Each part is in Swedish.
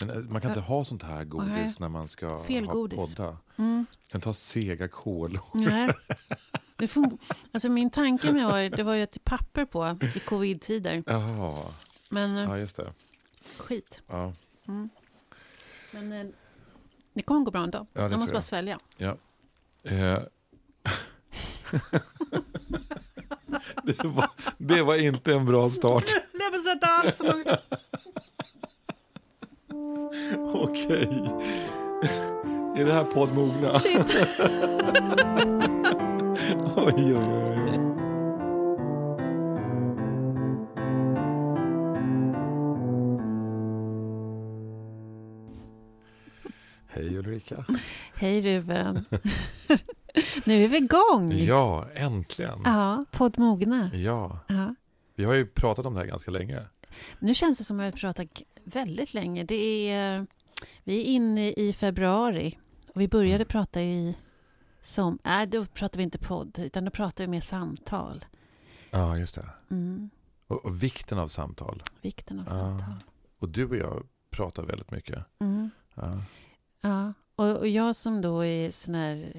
Men man kan inte ha sånt här godis när man ska ha podda. Man kan ta sega kolor. Nej. Alltså min tanke med det var ju att papper på i covid-tider. Jaha. Men just det. Skit. Ja. Men det kommer gå bra ändå. Ja, jag måste bara svälja. Ja. Det var inte en bra start. Läppensätta alls. Okej. Är det här poddmogna? Shit. Oj. Hej Ulrika. Hej Ruben. Nu är vi igång. Ja, äntligen. Ja, poddmogna. Ja. Vi har ju pratat om det här ganska länge. Nu känns det som att vi har pratat väldigt länge. Vi är inne i februari. Och vi började prata då pratar vi inte podd, utan då pratar vi mer samtal. Ja, just det. Och vikten av samtal. Vikten av samtal. Och du och jag pratar väldigt mycket. Ja, och jag som då är sån här...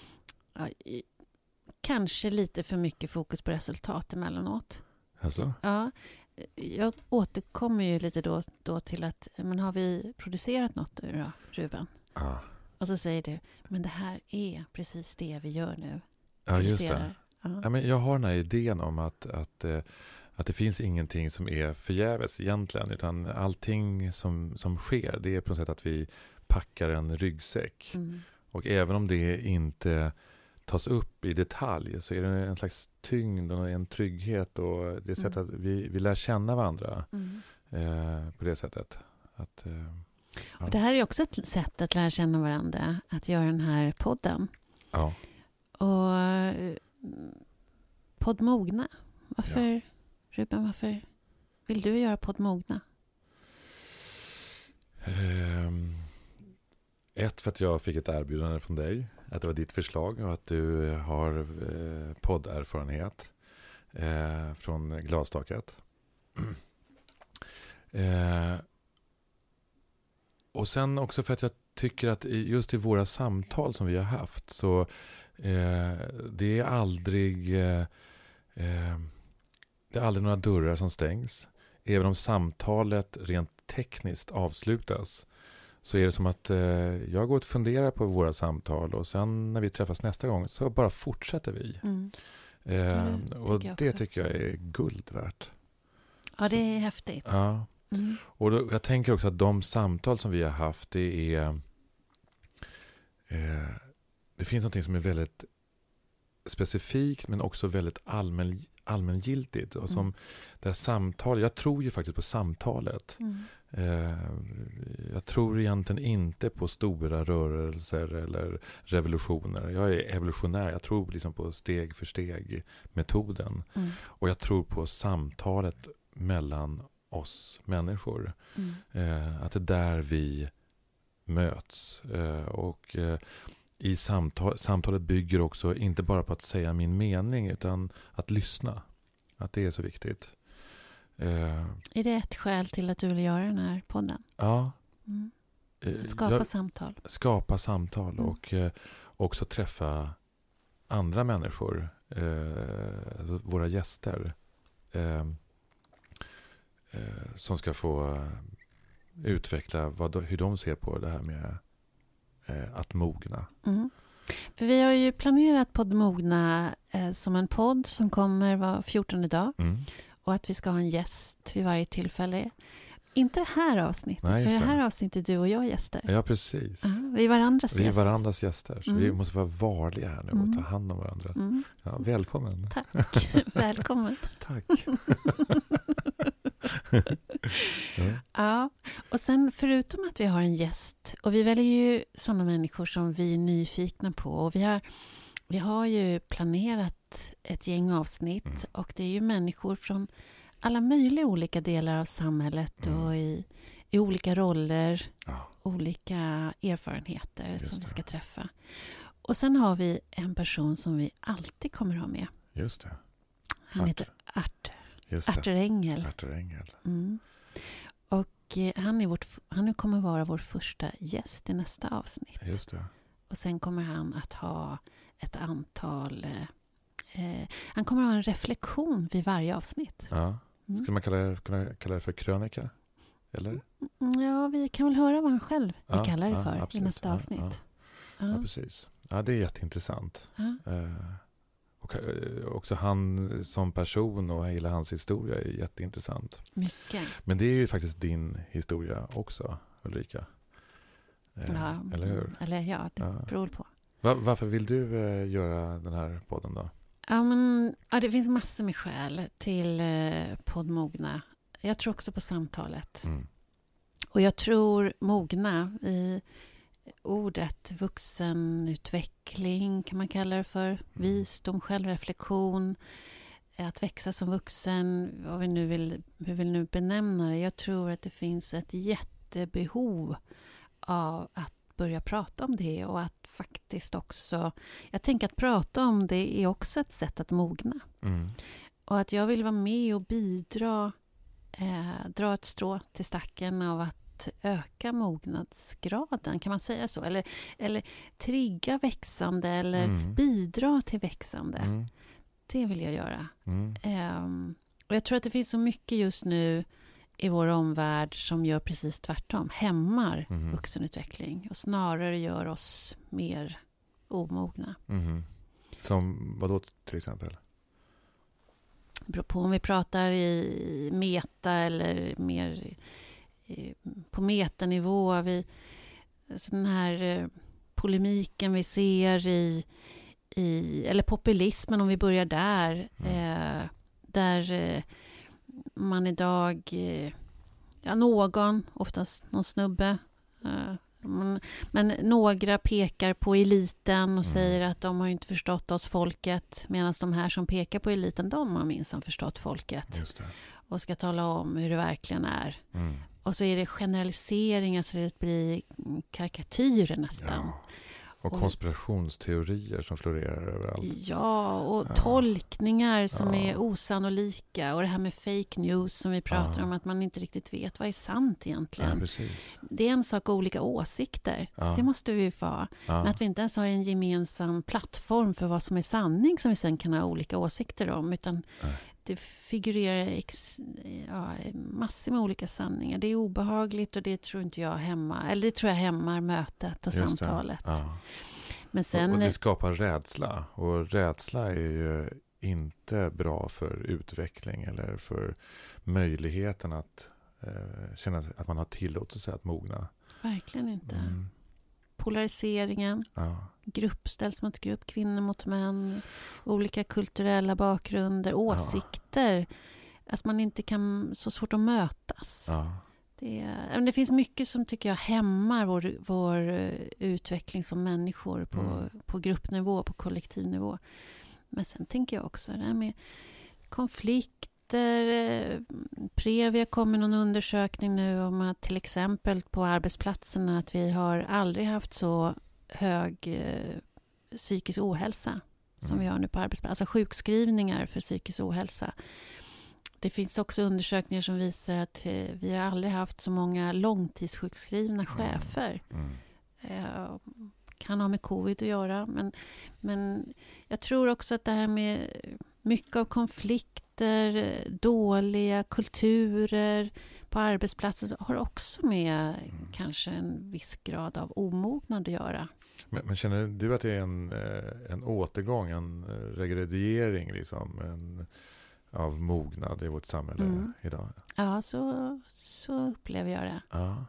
kanske lite för mycket fokus på resultat emellanåt. Alltså? Ja, jag återkommer ju lite då till att, men har vi producerat något nu då, Ruben? Ja. Och så säger du, men det här är precis det vi gör nu. Ja, just det. Ja, men jag har den här idén om att det finns ingenting som är förgäves egentligen, utan allting som sker, det är på något sätt att vi packar en ryggsäck. Och även om det inte tas upp i detalj så är det en slags tyngd och en trygghet och det sättet att vi lär känna varandra på det sättet. Och det här är också ett sätt att lära känna varandra, att göra den här podden. Ja. Och poddmogna. Ruben, varför vill du göra poddmogna? För att jag fick ett erbjudande från dig, att det var ditt förslag och att du har podderfarenhet från Glastaket. Och sen också för att jag tycker att just i våra samtal som vi har haft så det är aldrig några dörrar som stängs. Även om samtalet rent tekniskt avslutas så är det som att jag går och funderar på våra samtal och sen när vi träffas nästa gång så bara fortsätter vi. Och det tycker jag är guld värt. Ja, det är häftigt. Ja. Och jag tänker också att de samtal som vi har haft, det finns något som är väldigt specifikt men också väldigt allmängiltigt. Och som det här samtal, jag tror ju faktiskt på samtalet. Jag tror egentligen inte på stora rörelser eller revolutioner. Jag är evolutionär. Jag tror liksom på steg för steg metoden. Och jag tror på samtalet mellan oss människor. Att det är där vi möts. Och i samtalet bygger också inte bara på att säga min mening utan att lyssna. Att det är så viktigt. Är det ett skäl till att du vill göra den här podden? Ja. Att skapa samtal. Skapa samtal och också träffa andra människor. Våra gäster. Som ska få utveckla hur de ser på det här med att mogna. För vi har ju planerat poddmogna som en podd som kommer var 14:e dag. Och att vi ska ha en gäst vid varje tillfälle. Inte det här avsnittet. Nej, för det här avsnittet är du och jag gäster. Ja, precis. Vi är varandras gäster. Så vi måste vara varliga här nu och ta hand om varandra. Ja, välkommen. Tack. Välkommen. Tack. Ja, och sen förutom att vi har en gäst och vi väljer ju sådana människor som vi är nyfikna på och vi har ju planerat ett gäng avsnitt och det är ju människor från alla möjliga olika delar av samhället och i olika roller, olika erfarenheter som vi ska träffa. Och sen har vi en person som vi alltid kommer ha med. Just det. Han heter Arthur Engel. Arthur Engel. Och han kommer vara vår första gäst i nästa avsnitt. Just det. Och sen kommer han att ha ett antal... han kommer att ha en reflektion vid varje avsnitt. Ja. Ska man kunna kalla det för krönika? Eller? Ja, vi kan väl höra vad han själv vill kalla det för absolut. i nästa avsnitt. Ja, precis. Ja, det är jätteintressant. Och också han som person och hela hans historia är jätteintressant. Mycket. Men det är ju faktiskt din historia också, Ulrika. Eller hur? Eller ja, det beror på. Varför vill du göra den här podden då? Det finns massor med skäl till poddmogna. Jag tror också på samtalet. Och jag tror mogna i ordet vuxenutveckling kan man kalla det för. Visdom, självreflektion, att växa som vuxen, hur vi nu benämna det. Jag tror att det finns ett jättebehov av att börja prata om det och att faktiskt också, jag tänker att prata om det är också ett sätt att mogna. Och att jag vill vara med och bidra, dra ett strå till stacken av att öka mognadsgraden, kan man säga så? Eller trigga växande eller bidra till växande. Det vill jag göra. Och jag tror att det finns så mycket just nu i vår omvärld som gör precis tvärtom. Hämmar vuxenutveckling och snarare gör oss mer omogna. Som vad då till exempel? Det beror på om vi pratar i meta eller mer på metanivå. Alltså den här polemiken vi ser i eller populismen, om vi börjar där. Där man idag, oftast någon snubbe, men några pekar på eliten och säger att de har inte förstått oss folket, medan de här som pekar på eliten, de har minsann förstått folket. Just det. Och ska tala om hur det verkligen är. Och så är det generaliseringar så det blir karikatyrer nästan. Ja. Och konspirationsteorier som florerar överallt. Ja, och tolkningar som är osannolika. Och det här med fake news som vi pratar om, att man inte riktigt vet vad är sant egentligen. Ja, precis. Det är en sak, olika åsikter. Det måste vi få. Men att vi inte ens har en gemensam plattform för vad som är sanning som vi sen kan ha olika åsikter om. Utan det figurerar massor med olika sanningar. Det är obehagligt och det tror inte jag hämmar mötet och samtalet. Men sen, och det skapar rädsla. Och rädsla är ju inte bra för utveckling eller för möjligheten att känna att man har tillåtelse att mogna. Verkligen inte. Polariseringen, grupp ställs mot grupp, kvinnor mot män, olika kulturella bakgrunder, åsikter. Alltså man inte kan, så svårt att mötas. Det finns mycket som tycker jag hämmar vår utveckling som människor på gruppnivå, på kollektivnivå. Men sen tänker jag också det här med konflikter. Previa kom med någon undersökning nu om att till exempel på arbetsplatserna att vi har aldrig haft så hög psykisk ohälsa som vi har nu på arbetsplatsen. Alltså sjukskrivningar för psykisk ohälsa. Det finns också undersökningar som visar att vi har aldrig haft så många långtidssjukskrivna chefer. Kan ha med covid att göra. Men jag tror också att det här med mycket av konflikter, dåliga kulturer på arbetsplatsen har också med kanske en viss grad av omognad att göra. Men känner du att det är en återgång, en regrediering liksom, av mognad i vårt samhälle idag? Ja, så upplever jag det.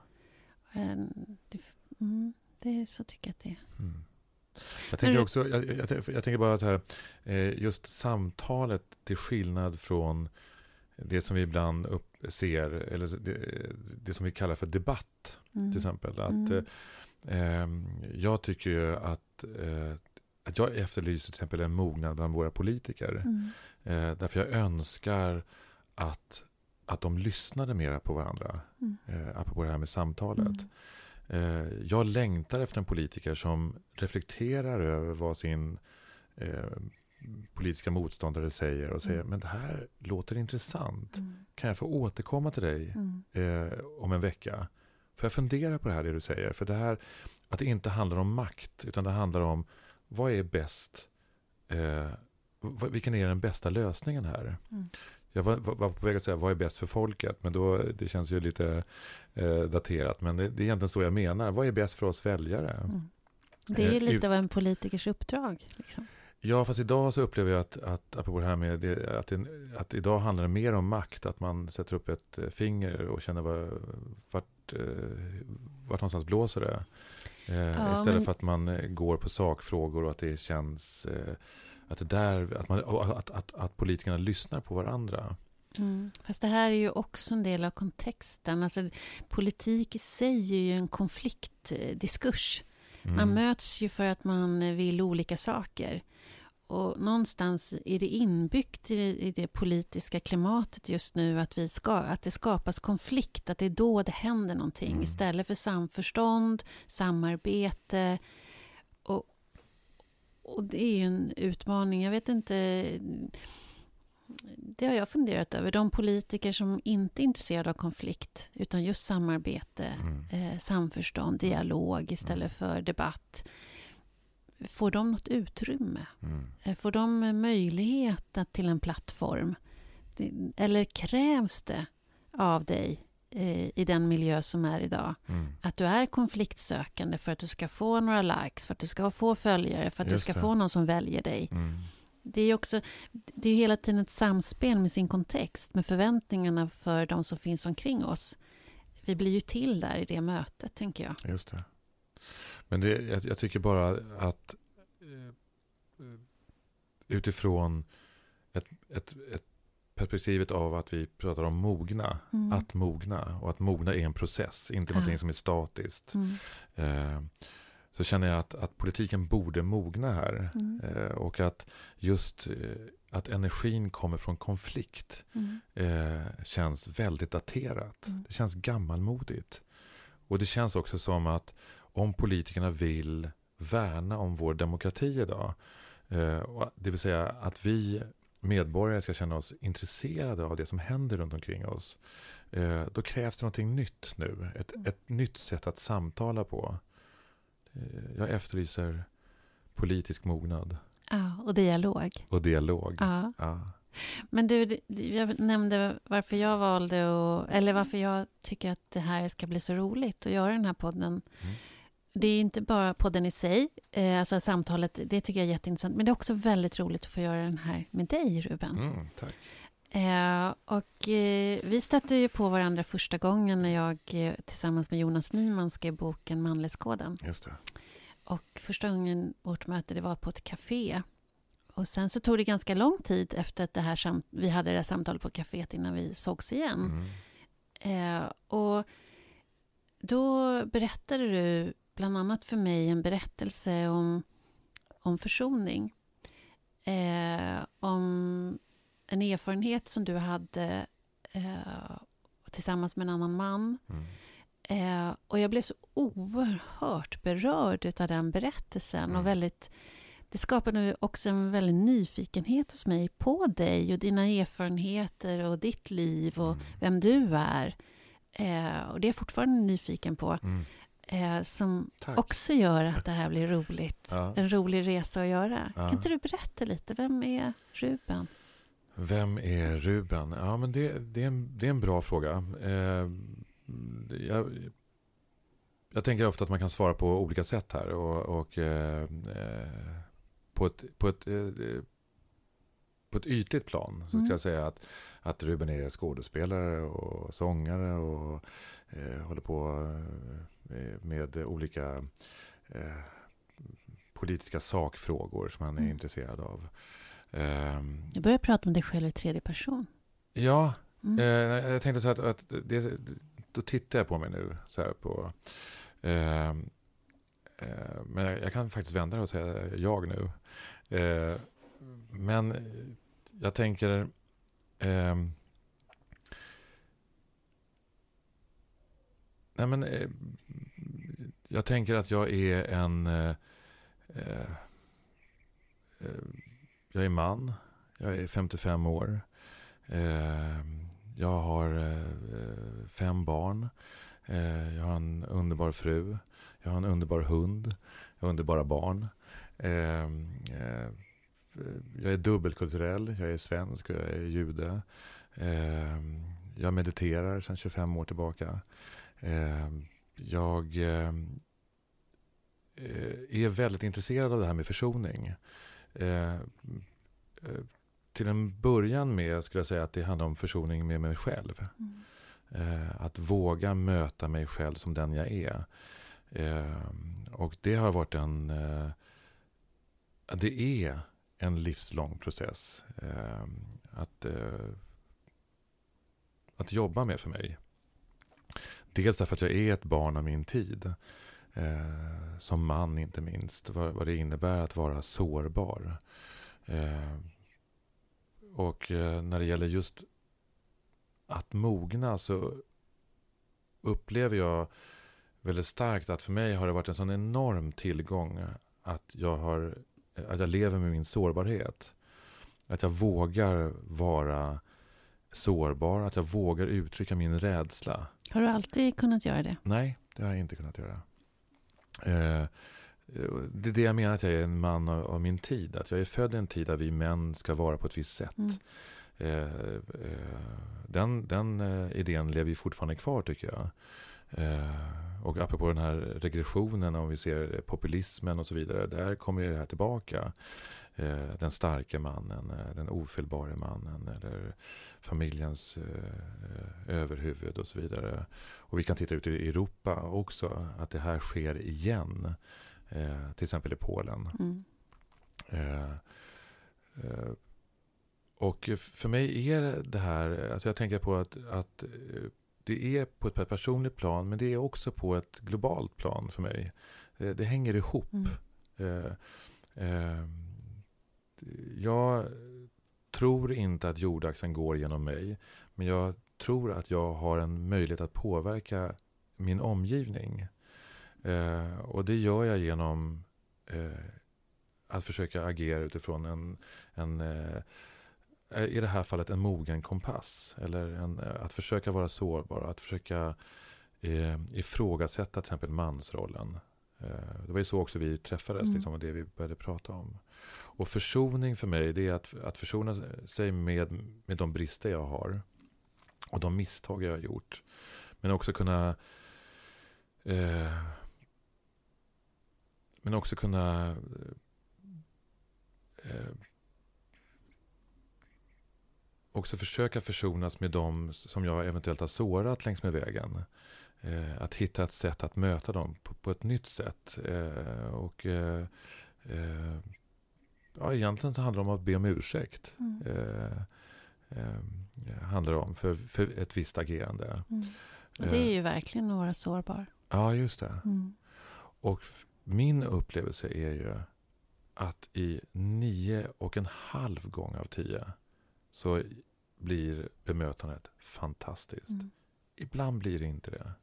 Så tycker jag att det är. Jag tänker också, jag tänker bara så här, just samtalet till skillnad från det som vi ibland ser, eller det som vi kallar för debatt till exempel. Att jag tycker ju att jag efterlyser till exempel en mognad bland våra politiker. Därför jag önskar att de lyssnade mer på varandra. Apropå det här med samtalet. Jag längtar efter en politiker som reflekterar över vad sin politiska motståndare säger och säger, men det här låter intressant. Kan jag få återkomma till dig om en vecka? För jag funderar på det här, det du säger. För det här, att det inte handlar om makt, utan det handlar om vad är bäst, vilken är den bästa lösningen här? Jag var på väg att säga, vad är bäst för folket? Men det känns ju lite daterat. Men det är egentligen så jag menar. Vad är bäst för oss väljare? Det är lite av en politikers uppdrag. Liksom. Ja, fast idag så upplever jag att apropå det här med det, att idag handlar det mer om makt. Att man sätter upp ett finger och känner vart någonstans blåser det. Istället för att man går på sakfrågor och att det känns att politikerna lyssnar på varandra. Fast det här är ju också en del av kontexten. Alltså, politik i sig är ju en konfliktdiskurs. Man möts ju för att man vill olika saker. Och någonstans är det inbyggt i det politiska klimatet just nu att det skapas konflikt, att det är då det händer någonting istället för samförstånd, samarbete. Och det är ju en utmaning. Jag vet inte, det har jag funderat över. De politiker som inte är intresserade av konflikt utan just samarbete, samförstånd, dialog istället för debatt. Får de något utrymme? Får de möjlighet till en plattform? Eller krävs det av dig i den miljö som är idag att du är konfliktsökande för att du ska få några likes, för att du ska få följare, för att du ska få någon som väljer dig? Det är hela tiden ett samspel med sin kontext, med förväntningarna för de som finns omkring oss. Vi blir ju till där i det mötet, tänker jag. Just det. Men jag tycker bara att utifrån ett perspektivet av att vi pratar om mogna, att mogna, och att mogna är en process, inte någonting som är statiskt. Så känner jag att politiken borde mogna här. Och att just att energin kommer från konflikt känns väldigt daterat. Det känns gammalmodigt. Och det känns också som att om politikerna vill värna om vår demokrati idag, det vill säga att vi medborgare ska känna oss intresserade av det som händer runt omkring oss, då krävs det någonting nytt nu. Ett nytt sätt att samtala på. Jag efterlyser politisk mognad. Ja, och dialog. Och dialog. Ja. Ja. Men du, jag nämnde varför jag valde eller varför jag tycker att det här ska bli så roligt att göra den här podden. Det är inte bara podden i sig, alltså samtalet, det tycker jag är jätteintressant. Men det är också väldigt roligt att få göra den här med dig, Ruben. Tack. Vi stötte ju på varandra första gången när jag tillsammans med Jonas Nyman skrev boken Manlighetskoden. Just det. Och första gången vårt möte, det var på ett café. Och sen så tog det ganska lång tid efter att vi hade det här samtalet på caféet innan vi sågs igen. Och då berättade du bland annat för mig en berättelse om försoning. Om en erfarenhet som du hade tillsammans med en annan man. Och jag blev så oerhört berörd av den berättelsen. Och det skapade också en väldigt nyfikenhet hos mig på dig och dina erfarenheter och ditt liv och vem du är. Och det är jag fortfarande nyfiken på. Som också gör att det här blir roligt. Ja. En rolig resa att göra. Ja. Kan inte du berätta lite? Vem är Ruben? Vem är Ruben? Ja, men det är en bra fråga. Jag tänker ofta att man kan svara på olika sätt här. Och på ett ytligt plan så ska jag säga att Ruben är skådespelare och sångare och håller på med olika politiska sakfrågor som han är intresserad av. Du börjar prata om dig själv i tredje person. Ja, jag tänkte så att då tittar jag på mig nu så här på men jag kan faktiskt vända det och säga jag nu. Men jag tänker jag tänker att jag är jag är man. Jag är 55 år. Jag har 5 barn. Jag har en underbar fru. Jag har en underbar hund. Jag har underbara barn. Jag är dubbelkulturell. Jag är svensk och jag är jude. Jag mediterar sedan 25 år tillbaka. Jag är väldigt intresserad av det här med försoning. Till en början med skulle jag säga att det handlar om försoning med mig själv. Att våga möta mig själv som den jag är. Och det har varit det är en livslång process att jobba med för mig. Dels därför att jag är ett barn av min tid. Som man inte minst. Vad det innebär att vara sårbar. Och när det gäller just att mogna så upplever jag väldigt starkt att för mig har det varit en sån enorm tillgång att jag lever med min sårbarhet. Att jag vågar vara sårbar, att jag vågar uttrycka min rädsla. Har du alltid kunnat göra det? Nej, det har jag inte kunnat göra. Det är det jag menar att jag är en man av min tid. Att jag är född i en tid där vi män ska vara på ett visst sätt. Den idén lever ju fortfarande kvar tycker jag. Och apropå den här regressionen, om vi ser populismen och så vidare, där kommer ju det här tillbaka. Den starka mannen, den ofelbara mannen eller familjens överhuvud och så vidare. Och vi kan titta ut i Europa också, att det här sker igen. Till exempel i Polen. Och för mig är det här, alltså jag tänker på att det är på ett personligt plan, men det är också på ett globalt plan för mig. Det hänger ihop. Jag tror inte att jordaxeln går genom mig, men jag tror att jag har en möjlighet att påverka min omgivning. Och det gör jag genom att försöka agera utifrån i det här fallet en mogen kompass. Eller att försöka vara sårbar. Att försöka ifrågasätta till exempel mansrollen. Det var ju så också vi träffades, liksom, och det vi började prata om. Och försoning för mig, det är att försona sig med de brister jag har. Och de misstag jag har gjort. Men också kunna också försöka försonas med dem som jag eventuellt har sårat längs med vägen. Att hitta ett sätt att möta dem på ett nytt sätt. Egentligen så handlar det om att be om ursäkt. Handlar det om för ett visst agerande. Och det är ju verkligen att vara sårbar. Ja, just det. Och min upplevelse är ju att i 9,5 gånger av 10 så blir bemötandet fantastiskt. Ibland blir det inte det.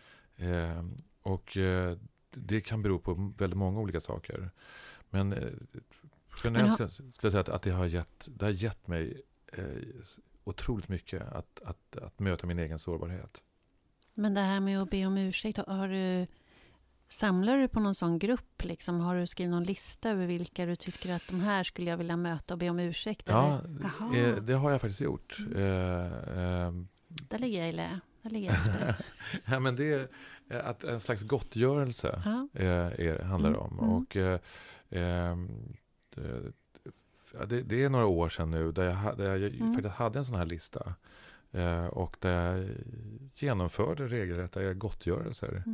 Det kan bero på väldigt många olika saker. Men generellt skulle jag säga att det har gett mig otroligt mycket att möta min egen sårbarhet. Men det här med att be om ursäkt, samlar du på någon sån grupp? Liksom? Har du skrivit någon lista över vilka du tycker att de här skulle jag vilja möta och be om ursäkt? Ja, det har jag faktiskt gjort. Där ligger jag i lä. Där ligger jag efter. Ja, men det är att en slags gottgörelse handlar det om. Och det är några år sedan nu där jag faktiskt hade en sån här lista. Och där jag genomförde regelrätta gottgörelser.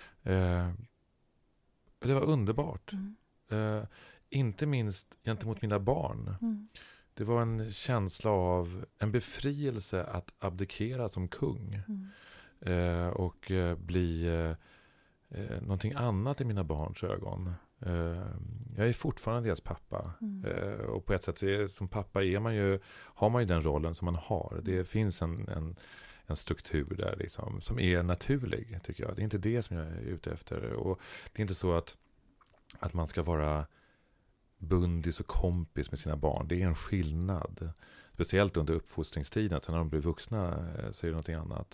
Det var underbart. Inte minst gentemot mina barn. Det var en känsla av en befrielse att abdikera som kung. Och bli någonting annat i mina barns ögon. Jag är fortfarande deras pappa. Och på ett sätt som pappa har man ju den rollen som man har. Det finns en struktur där liksom, som är naturlig, tycker jag. Det är inte det som jag är ute efter. Och det är inte så att man ska vara bundis och kompis med sina barn. Det är en skillnad. Speciellt under uppfostringstiden. Sen när de blir vuxna så är det någonting annat.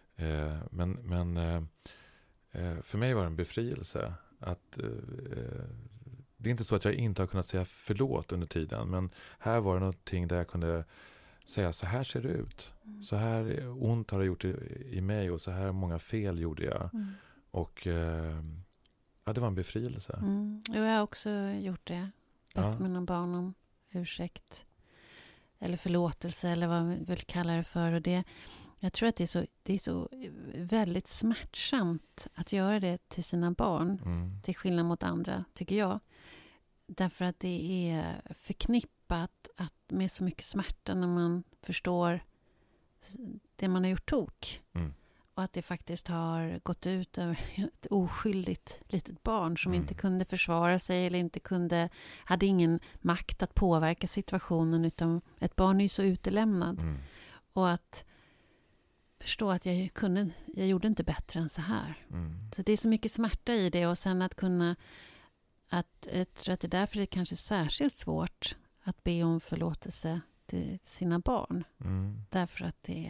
Men för mig var det en befrielse. Att, det är inte så att jag inte har kunnat säga förlåt under tiden. Men här var det någonting där jag kunde säga så här ser det ut. Så här ont har det gjort i mig och så här många fel gjorde jag. Och det var en befrielse. Jag har också gjort det. Bett mina barn om ursäkt. Eller förlåtelse eller vad vi vill kalla det för. Och jag tror att det är så väldigt smärtsamt att göra det till sina barn. Till skillnad mot andra, tycker jag. Därför att det är förknippat med så mycket smärta när man förstår det man har gjort tok. Och att det faktiskt har gått ut över ett oskyldigt litet barn som inte kunde försvara sig eller hade ingen makt att påverka situationen, utan ett barn är ju så utelämnad. Och att förstå att jag gjorde inte bättre än så här. Så det är så mycket smärta i det, och sen att kunna jag tror att det är därför det är kanske särskilt svårt att be om förlåtelse till sina barn. Därför att det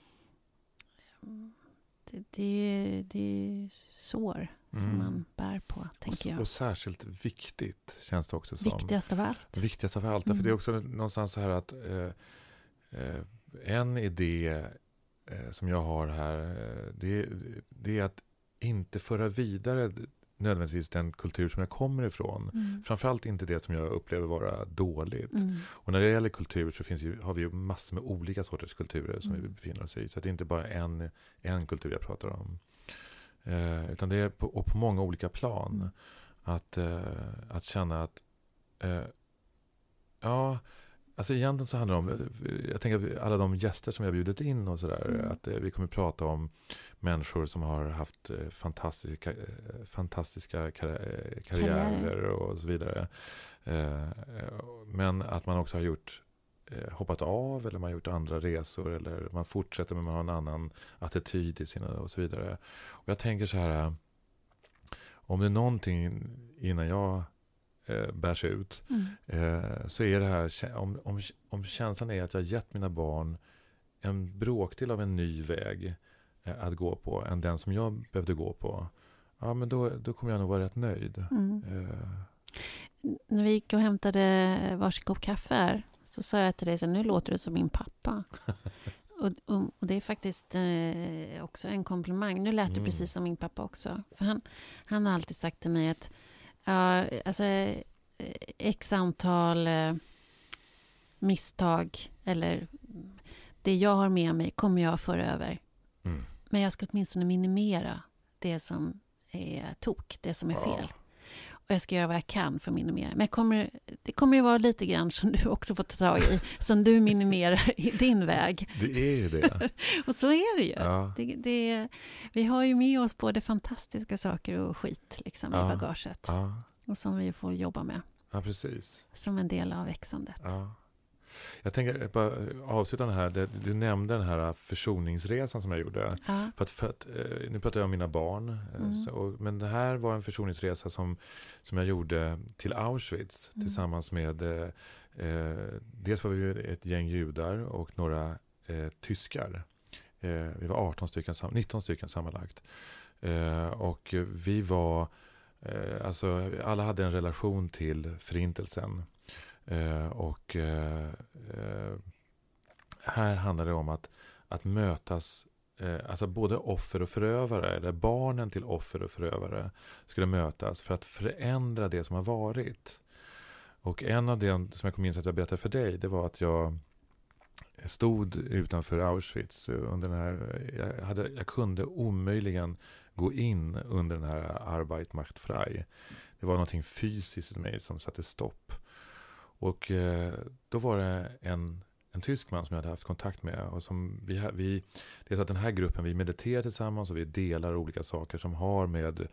är sår som man bär på, tänker jag. Och särskilt viktigt känns det också som. Viktigast av allt. Viktigast av allt. För det är också någonstans så här att en idé som jag har här, det är att inte föra vidare nödvändigtvis den kultur som jag kommer ifrån. Framförallt inte det som jag upplever vara dåligt. Och när det gäller kultur så har vi ju massor med olika sorters kulturer som vi befinner oss i. Så det är inte bara en kultur jag pratar om. Utan det är på många olika plan. Att känna att alltså egentligen så handlar det om, jag tänker alla de gäster som vi har bjudit in och sådär, att vi kommer prata om människor som har haft fantastiska karriärer och så vidare. Men att man också har hoppat av, eller man har gjort andra resor, eller man fortsätter men man har en annan attityd i sina och så vidare. Och jag tänker så här, om det är någonting innan jag bärs ut, så är det här, om känslan är att jag gett mina barn en bråkdel av en ny väg att gå på än den som jag behövde gå på, men då kommer jag nog vara rätt nöjd. När vi gick och hämtade varsin kopp kaffe här, så sa jag till dig så nu låter du som min pappa. och det är faktiskt också en komplimang. Nu lät du precis som min pappa också. För han har alltid sagt till mig att x antal misstag eller det jag har med mig kommer jag föra över. Men jag ska åtminstone minimera det som är tok, det som är fel. Och jag ska göra vad jag kan för att minimera. Men det kommer ju vara lite grann som du också får ta tag i, som du minimerar i din väg. Det är ju det. Och så är det ju. Ja. Vi har ju med oss både fantastiska saker och skit liksom, i bagaget. Ja. Och som vi får jobba med. Ja, precis. Som en del av växandet. Ja. Jag tänker bara avsluta den här. Du nämnde den här försoningsresan som jag gjorde. Ja. För att, nu pratar jag om mina barn. Men det här var en försoningsresa som jag gjorde till Auschwitz tillsammans med dels var vi ett gäng judar och några tyskar. Vi var 19 stycken sammanlagt. Och vi var alla hade en relation till förintelsen. Här handlar det om att mötas, alltså både offer och förövare, eller barnen till offer och förövare skulle mötas för att förändra det som har varit. Och en av det som jag kom in så att jag berättade för dig, det var att jag stod utanför Auschwitz under den här, jag kunde omöjligen gå in under den här Arbeit macht frei. Det var någonting fysiskt i mig som satte stopp. Och då var det en tysk man som jag hade haft kontakt med. Och som det är så att den här gruppen, vi mediterar tillsammans och vi delar olika saker som har med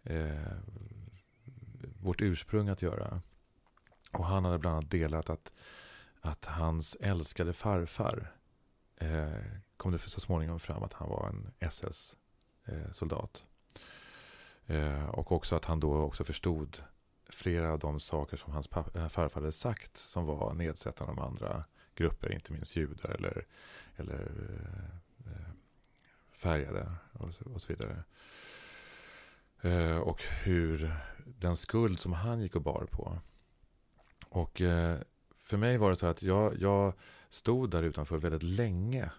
vårt ursprung att göra. Och han hade bland annat delat att hans älskade farfar kom det så småningom fram att han var en SS-soldat. Och också att han då också förstod flera av de saker som hans farfar hade sagt som var nedsättande om andra grupper, inte minst judar eller färgade och så vidare. Och hur den skuld som han gick och bar på. Och för mig var det så att jag stod där utanför väldigt länge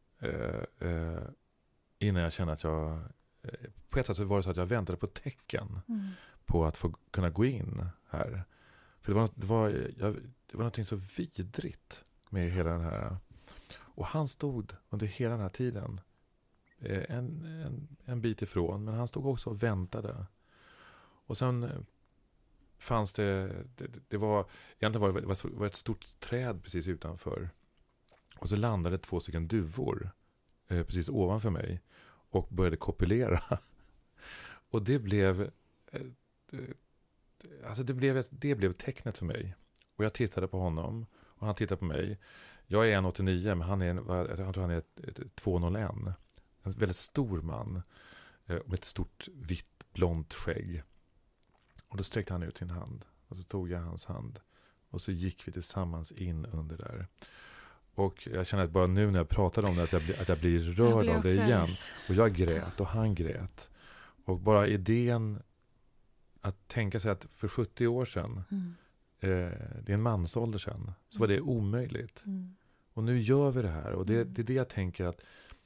innan jag kände att jag på ett sätt så var det så att jag väntade på tecken på att få kunna gå in här. För det var någonting så vidrigt med hela den här. Och han stod under hela den här tiden en bit ifrån, men han stod också och väntade. Och sen fanns det var egentligen var ett stort träd precis utanför. Och så landade 2 stycken duvor precis ovanför mig och började kopulera. Och det blev det blev tecknet för mig. Och jag tittade på honom och han tittade på mig. Jag är 1,89 men jag tror han är 2,01. En väldigt stor man med ett stort vitt blont skägg. Och då sträckte han ut sin hand och så tog jag hans hand och så gick vi tillsammans in under där. Och jag känner att bara nu när jag pratade om det att jag blir rörd av det igen. Och jag grät och han grät. Och bara idén att tänka sig att för 70 år sedan, det är en mansålder sedan, så var det omöjligt. Och nu gör vi det här. Och det är det jag tänker att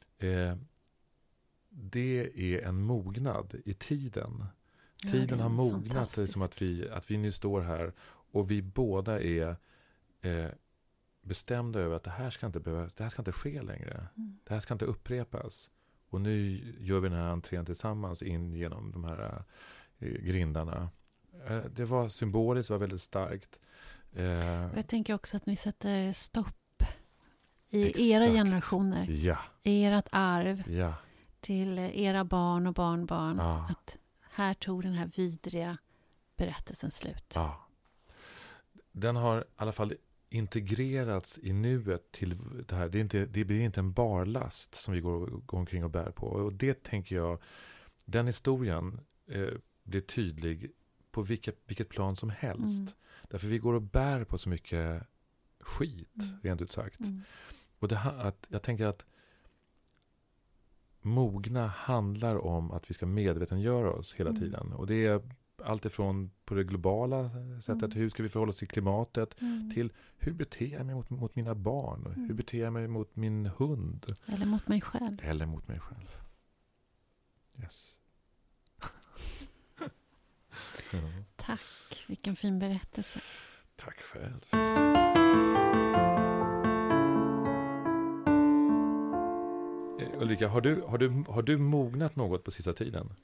det är en mognad i tiden. Tiden har mognat, liksom att vi nu står här och vi båda är bestämda över att det här ska inte ske längre. Det här ska inte upprepas. Och nu gör vi den här entrén tillsammans in genom de här grindarna. Det var symboliskt, det var väldigt starkt. Jag tänker också att ni sätter stopp i era generationer. Ja. I ert arv. Ja. Till era barn och barnbarn. Ja. Att här tog den här vidriga berättelsen slut. Ja. Den har i alla fall integrerats i nuet till det här. Det blir inte en barlast som vi går omkring och bär på. Och det tänker jag, den historien blir tydlig på vilket plan som helst. Därför vi går och bär på så mycket skit, rent ut sagt. Och jag tänker att mogna handlar om att vi ska medvetengöra oss hela tiden. Och det är allt ifrån på det globala sättet, hur ska vi förhålla oss till klimatet, till hur beter jag mig mot mina barn, hur beter jag mig mot min hund. Eller mot mig själv. Yes. Tack, vilken fin berättelse. Tack själv. Ulrika, har du mognat något på sista tiden?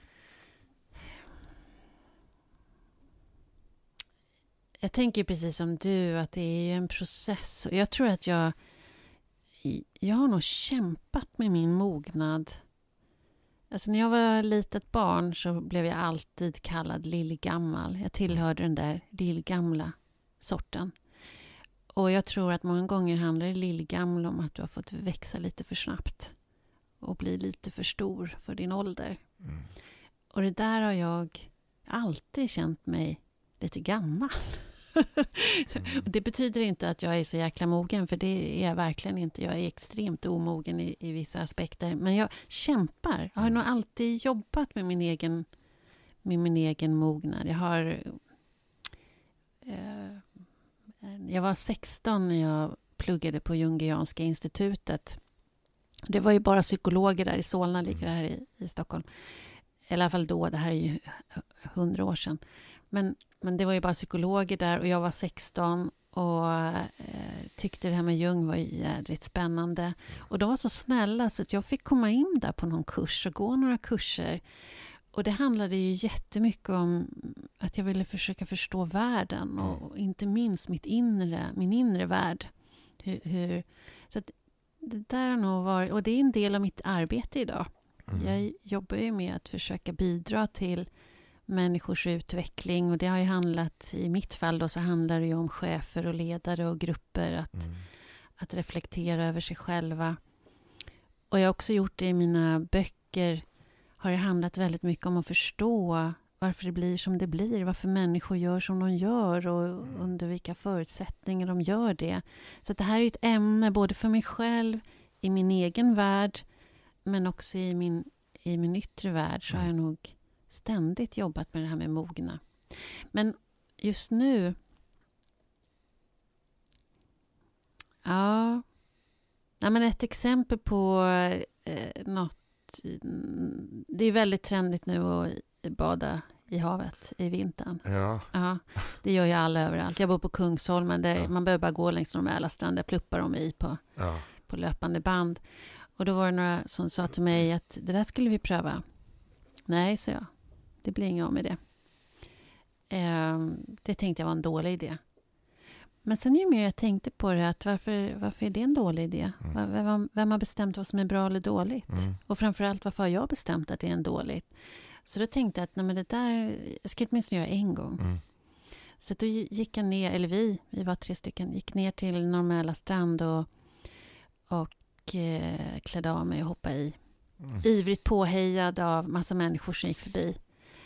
Jag tänker precis som du att det är en process. Och jag tror att jag har nog kämpat med min mognad. Alltså när jag var litet barn så blev jag alltid kallad lillgammal. Jag tillhörde den där lillgamla sorten. Och jag tror att många gånger handlar det lillgamla om att du har fått växa lite för snabbt. Och bli lite för stor för din ålder. Och det där har jag alltid känt mig lite gammal. Och det betyder inte att jag är så jäkla mogen, för det är jag verkligen inte. Jag är extremt omogen i vissa aspekter. Men jag kämpar. Jag har nog alltid jobbat med min egen mognad. Jag var 16 när jag pluggade på Jungianska institutet. Det var ju bara psykologer där i Solna, ligger här i Stockholm. I alla fall då, det här är ju 100 år sedan. Men det var ju bara psykologer där och jag var 16 och tyckte det här med Jung var jädrigt spännande. Och de var så snälla så att jag fick komma in där på någon kurs och gå några kurser. Och det handlade ju jättemycket om att jag ville försöka förstå världen och inte minst min inre värld. Så att det där har nog varit, och det är en del av mitt arbete idag. Jag jobbar ju med att försöka bidra till människors utveckling, och det har ju handlat, i mitt fall då, så handlar det ju om chefer och ledare och grupper att reflektera över sig själva. Och jag har också gjort det i mina böcker, har det handlat väldigt mycket om att förstå varför det blir som det blir. Varför människor gör som de gör och under vilka förutsättningar de gör det. Så att det här är ett ämne både för mig själv, i min egen värld, men också i min yttre värld så har jag nog ständigt jobbat med det här med mogna. Men just nu... Ja, men ett exempel på något... Det är väldigt trendigt nu att bada i havet i vintern. Ja, det gör ju alla överallt. Jag bor på Kungsholmen där man behöver bara gå längs de Mälarstrand. Där pluppar de i på löpande band. Och då var det några som sa till mig att det där skulle vi pröva. Nej, sa jag. Det blir inget av med det. Det tänkte jag var en dålig idé. Men sen ju mer jag tänkte på det, att varför är det en dålig idé? Vem har bestämt vad som är bra eller dåligt? Och framförallt, varför har jag bestämt att det är en dåligt? Så då tänkte jag att nej, men det där jag ska åtminstone göra en gång. Så då gick jag ner, eller vi var 3 stycken, gick ner till Norr Mälarstrand och klädde av mig och hoppade i. Ivrigt påhejad av massa människor som gick förbi.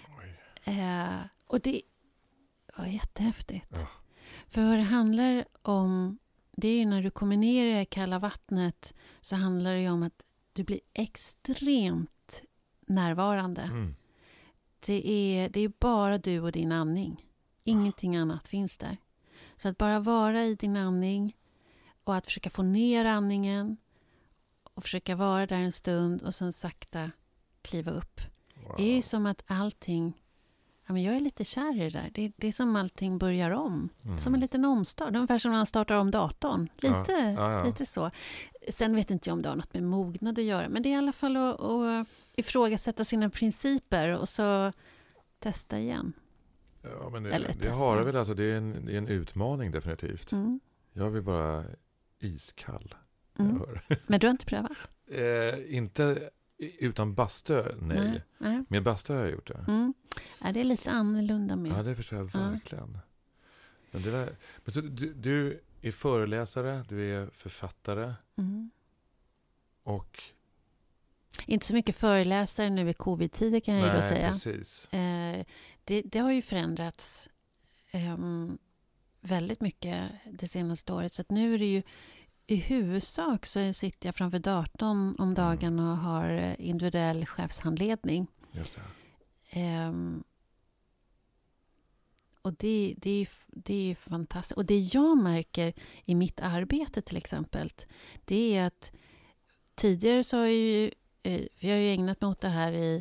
Och det var jättehäftigt. Ja. För vad det handlar om, det är ju när du kommer ner i det kalla vattnet så handlar det ju om att du blir extremt närvarande. Det är bara du och din andning. Ingenting annat finns där. Så att bara vara i din andning och att försöka få ner andningen och försöka vara där en stund och sen sakta kliva upp. Wow. Det är ju som att allting... Ja, men jag är lite kär i det där. Det är som allting börjar om. Som en liten omstart. Ungefär som när man startar om datorn. Lite så. Sen vet inte jag om det har något med mognad att göra. Men det är i alla fall att ifrågasätta sina principer och så testa igen. Ja, men det har det väl. Alltså, det är en utmaning definitivt. Jag vill bara iskall. Men du har inte prövat? Inte utan bastu, nej. Med bastu har jag gjort det. Ja, det är lite annorlunda med. Ja, det förstår jag verkligen. Men men så du är föreläsare, du är författare. Och... Inte så mycket föreläsare nu i covid-tider kan jag ju då säga. Precis. Det har ju förändrats väldigt mycket det senaste året. Så att nu är det ju i huvudsak så sitter jag framför datorn om dagen och har individuell chefshandledning. Just det. Och det är fantastiskt. Och det jag märker i mitt arbete till exempel, det är att tidigare så har jag har ju ägnat mig åt det här i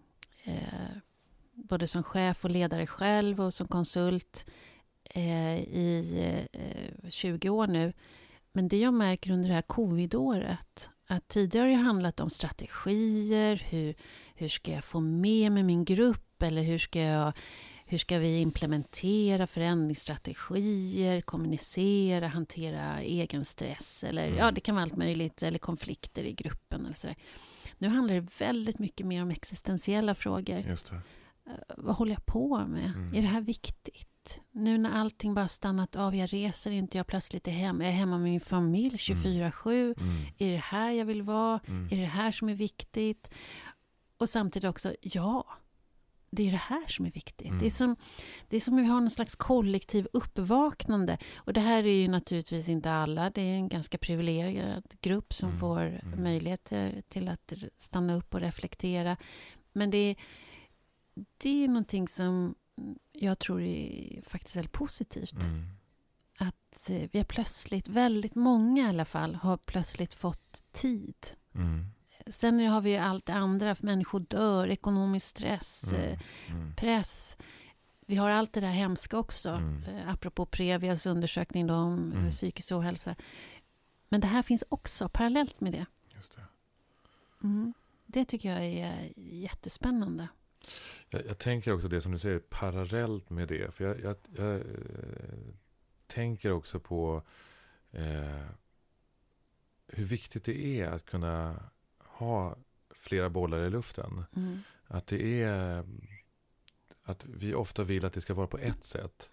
både som chef och ledare själv och som konsult i 20 år nu. Men det jag märker under det här covid-året, att tidigare har det handlat om strategier, hur ska jag få med mig min grupp, eller hur ska vi implementera förändringsstrategier, kommunicera, hantera egen stress, eller det kan vara allt möjligt, eller konflikter i gruppen eller så där. Nu handlar det väldigt mycket mer om existentiella frågor. Just det. Vad håller jag på med? Är det här viktigt? Nu när allting bara stannat av, jag reser inte, jag plötsligt är hemma. Jag är hemma med min familj 24/7. Är det här jag vill vara? Är det här som är viktigt? Och samtidigt också, det är det här som är viktigt. Det är som vi har någon slags kollektiv uppvaknande. Och det här är ju naturligtvis inte alla. Det är en ganska privilegierad grupp som får möjligheter till att stanna upp och reflektera. Men det är någonting som jag tror är faktiskt väldigt positivt. Att vi har plötsligt, väldigt många i alla fall, har plötsligt fått tid. Sen har vi ju allt det andra, för människor dör, ekonomisk stress, press. Vi har allt det där hemska också, apropå Previas undersökning om psykisk ohälsa. Men det här finns också parallellt med det. Just det. Det tycker jag är jättespännande. Jag tänker också det som du säger, parallellt med det. För jag tänker också på hur viktigt det är att kunna ha flera bollar i luften. Att det är att vi ofta vill att det ska vara på ett sätt.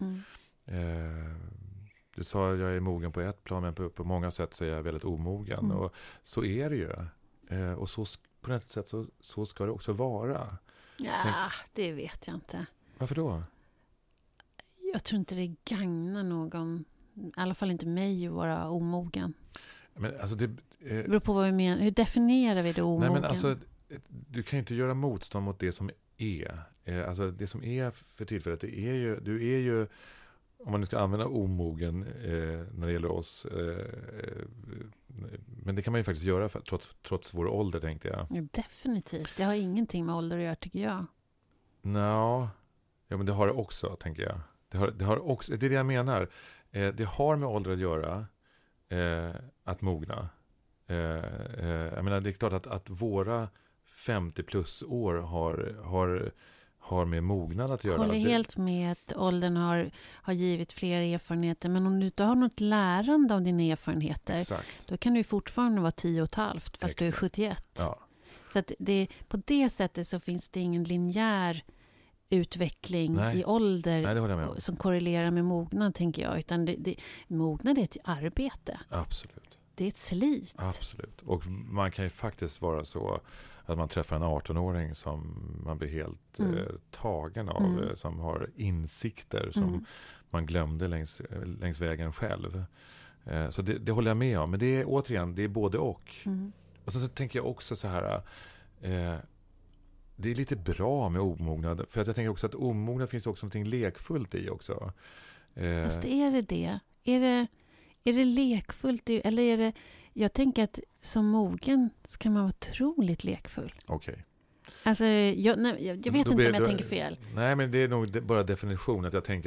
Du sa att jag är mogen på ett plan, men på många sätt så är jag väldigt omogen. Och så är det ju. Och så, på ett sätt så ska det också vara. Ja, det vet jag inte. Varför då? Jag tror inte det gagnar någon. I alla fall inte mig att vara omogen. Men alltså det beror på vad vi menar. Hur definierar vi det omogen? Nej, men alltså, du kan ju inte göra motstånd mot det som är. Alltså det som är för tillfället, det är ju, du är ju, om man nu ska använda omogen när det gäller oss, men det kan man ju faktiskt göra trots vår ålder, tänkte jag. Ja, definitivt. Det har ingenting med ålder att göra, tycker jag. Ja, men det har det också, tänker jag. Det har också, det är det jag menar. Det har med ålder att göra, att mogna. Jag menar, det är klart att våra 50 plus år har med mognad att göra. Jag håller helt med att åldern har givit fler erfarenheter. Men om du inte har något lärande av dina erfarenheter, exakt, då kan du fortfarande vara 10,5 fast exakt, du är 71. Ja. Så att på det sättet så finns det ingen linjär utveckling i ålder som korrelerar med mognad, tänker jag. Utan mognad är ett arbete. Absolut. Det är ett slit. Absolut. Och man kan ju faktiskt vara så att man träffar en 18-åring som man blir helt tagen av, som har insikter som man glömde längs vägen själv. Så det håller jag med om. Men det är återigen, det är både och. Och så tänker jag också så här, det är lite bra med omognad. För att jag tänker också att omognad finns också någonting lekfullt i också. Fast är det? Är det lekfullt? Eller är det... Jag tänker att som mogen ska man vara otroligt lekfull. Okej. Okay. Alltså, jag vet inte om jag tänker fel. Nej, men det är nog bara definition. Att jag tänker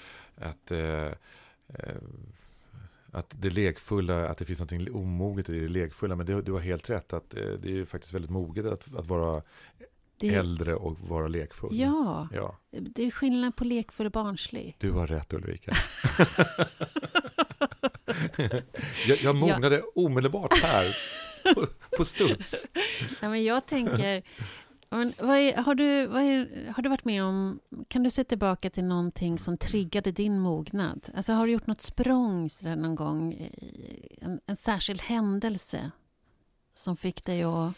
att det lekfulla, att det finns något omoget i det lekfulla. Men du har helt rätt att det är ju faktiskt väldigt moget att vara äldre och vara lekfull. Ja, det är skillnad på lekfull och barnslig. Du har rätt, Ulrika. jag mognade omedelbart här på studs. Ja, men jag tänker, har du varit med om, kan du se tillbaka till någonting som triggade din mognad? Alltså, har du gjort något språng sådär någon gång, en särskild händelse som fick dig att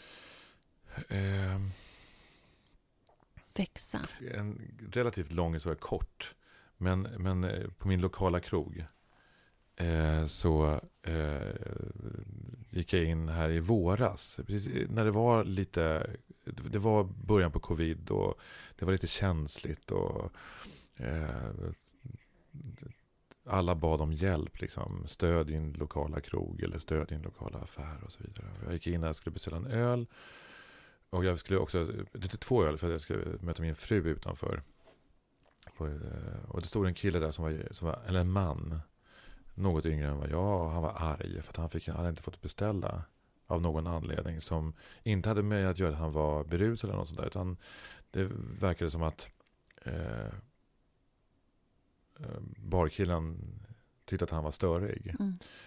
växa? En relativt lång historia, kort. Men på min lokala krog så gick jag in här i våras. Precis när det var lite... Det var början på covid och det var lite känsligt och alla bad om hjälp. Liksom. Stöd din lokala krog eller stöd din lokala affär och så vidare. Jag gick in där och skulle beställa en öl. Och jag skulle också... Det är 2 öl för att jag skulle möta min fru utanför. Och det stod en kille där som var eller en man, något yngre än vad jag, och han var arg för att han hade inte fått beställa av någon anledning som inte hade med att göra att han var berusad eller något sånt där, utan det verkade som att barkillen tyckte att han var störig.